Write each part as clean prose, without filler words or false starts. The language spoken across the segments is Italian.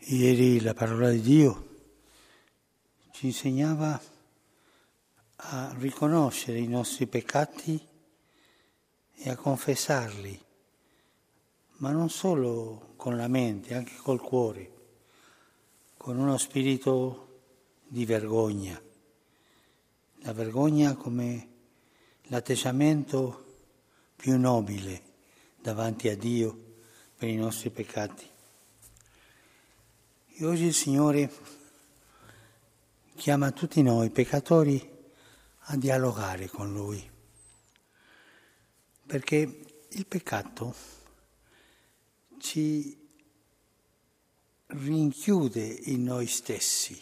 Ieri la parola di Dio ci insegnava a riconoscere i nostri peccati e a confessarli, ma non solo con la mente, anche col cuore, con uno spirito di vergogna. La vergogna come l'atteggiamento più nobile davanti a Dio per i nostri peccati. E oggi il Signore chiama tutti noi peccatori a dialogare con Lui, perché il peccato ci rinchiude in noi stessi,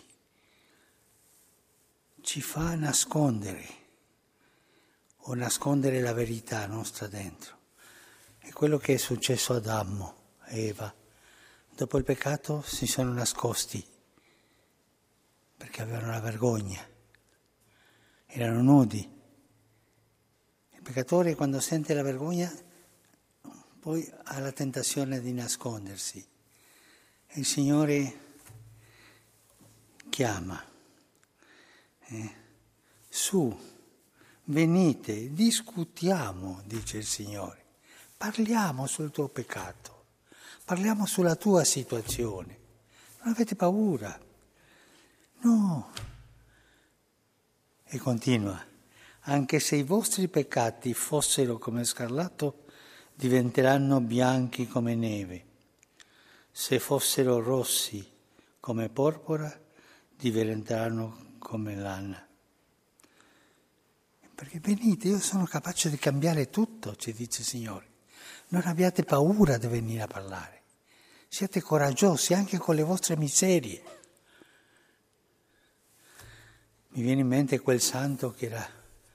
ci fa nascondere o nascondere la verità nostra dentro. È quello che è successo ad Adamo e Eva. Dopo il peccato si sono nascosti perché avevano la vergogna, erano nudi. Il peccatore quando sente la vergogna poi ha la tentazione di nascondersi. E il Signore chiama, su, venite, discutiamo, dice il Signore, parliamo sul tuo peccato. Parliamo sulla tua situazione. Non avete paura. No. E continua. Anche se i vostri peccati fossero come scarlatto, diventeranno bianchi come neve. Se fossero rossi come porpora, diventeranno come lana. Perché venite, io sono capace di cambiare tutto, ci dice il Signore. Non abbiate paura di venire a parlare. Siate coraggiosi anche con le vostre miserie. Mi viene in mente quel santo che era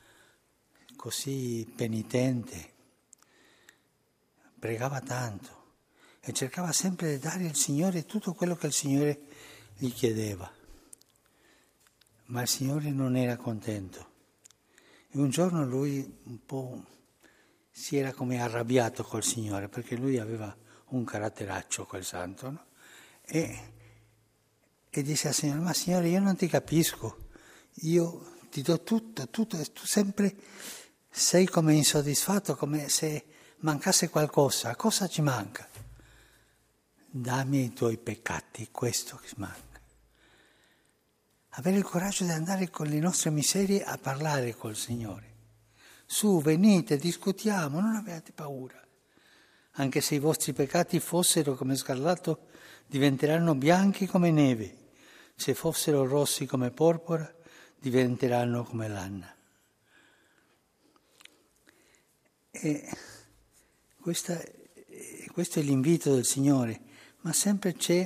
così penitente, pregava tanto e cercava sempre di dare al Signore tutto quello che il Signore gli chiedeva. Ma il Signore non era contento. E un giorno lui un po' si era come arrabbiato col Signore, perché lui aveva un caratteraccio quel santo, no? E disse al Signore: ma Signore, io non ti capisco, io ti do tutto, e tu sempre sei come insoddisfatto, come se mancasse qualcosa. Cosa ci manca? Dammi i tuoi peccati, questo che manca. Avere il coraggio di andare con le nostre miserie a parlare col Signore. Su, venite, discutiamo, non abbiate paura. Anche se i vostri peccati fossero come scarlatto, diventeranno bianchi come neve. Se fossero rossi come porpora, diventeranno come lana. E questo è l'invito del Signore, ma sempre c'è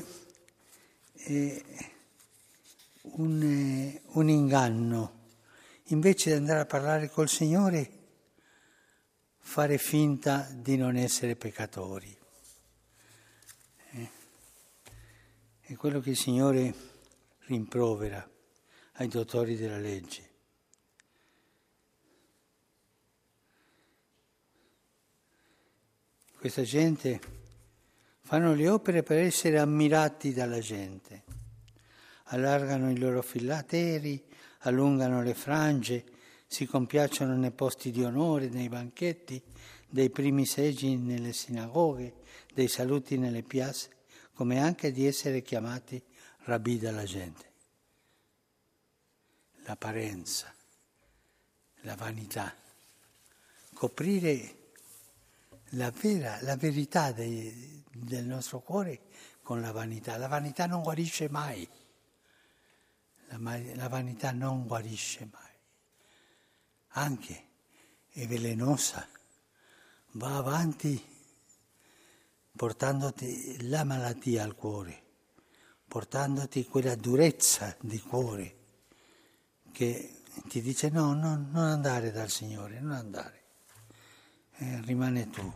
un inganno. Invece di andare a parlare col Signore, fare finta di non essere peccatori. È quello che il Signore rimprovera ai dottori della legge. Questa gente fanno le opere per essere ammirati dalla gente. Allargano i loro filateri, allungano le frange, si compiacciono nei posti di onore, nei banchetti, dei primi seggi nelle sinagoghe, dei saluti nelle piazze, come anche di essere chiamati rabbì dalla gente. L'apparenza, la vanità, coprire la verità del nostro cuore con la vanità. La vanità non guarisce mai. La vanità non guarisce mai. Anche è velenosa, va avanti portandoti la malattia al cuore, portandoti quella durezza di cuore che ti dice no, non andare dal Signore, non andare, rimane tu.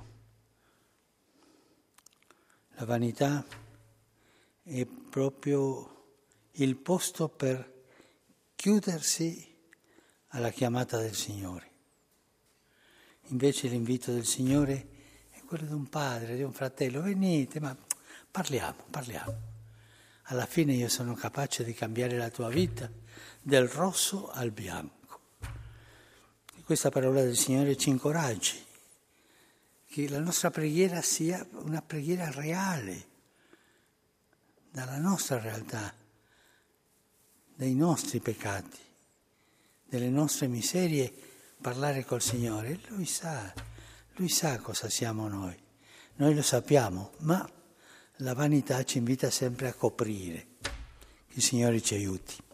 La vanità è proprio il posto per chiudersi alla chiamata del Signore. Invece l'invito del Signore è quello di un padre, di un fratello: venite, ma parliamo. alla fine io sono capace di cambiare la tua vita del rosso al bianco. E questa parola del Signore ci incoraggi, che la nostra preghiera sia una preghiera reale, dalla nostra realtà, dei nostri peccati, delle nostre miserie, parlare col Signore. Lui sa cosa siamo noi lo sappiamo, ma la vanità ci invita sempre a coprire. Che il Signore ci aiuti.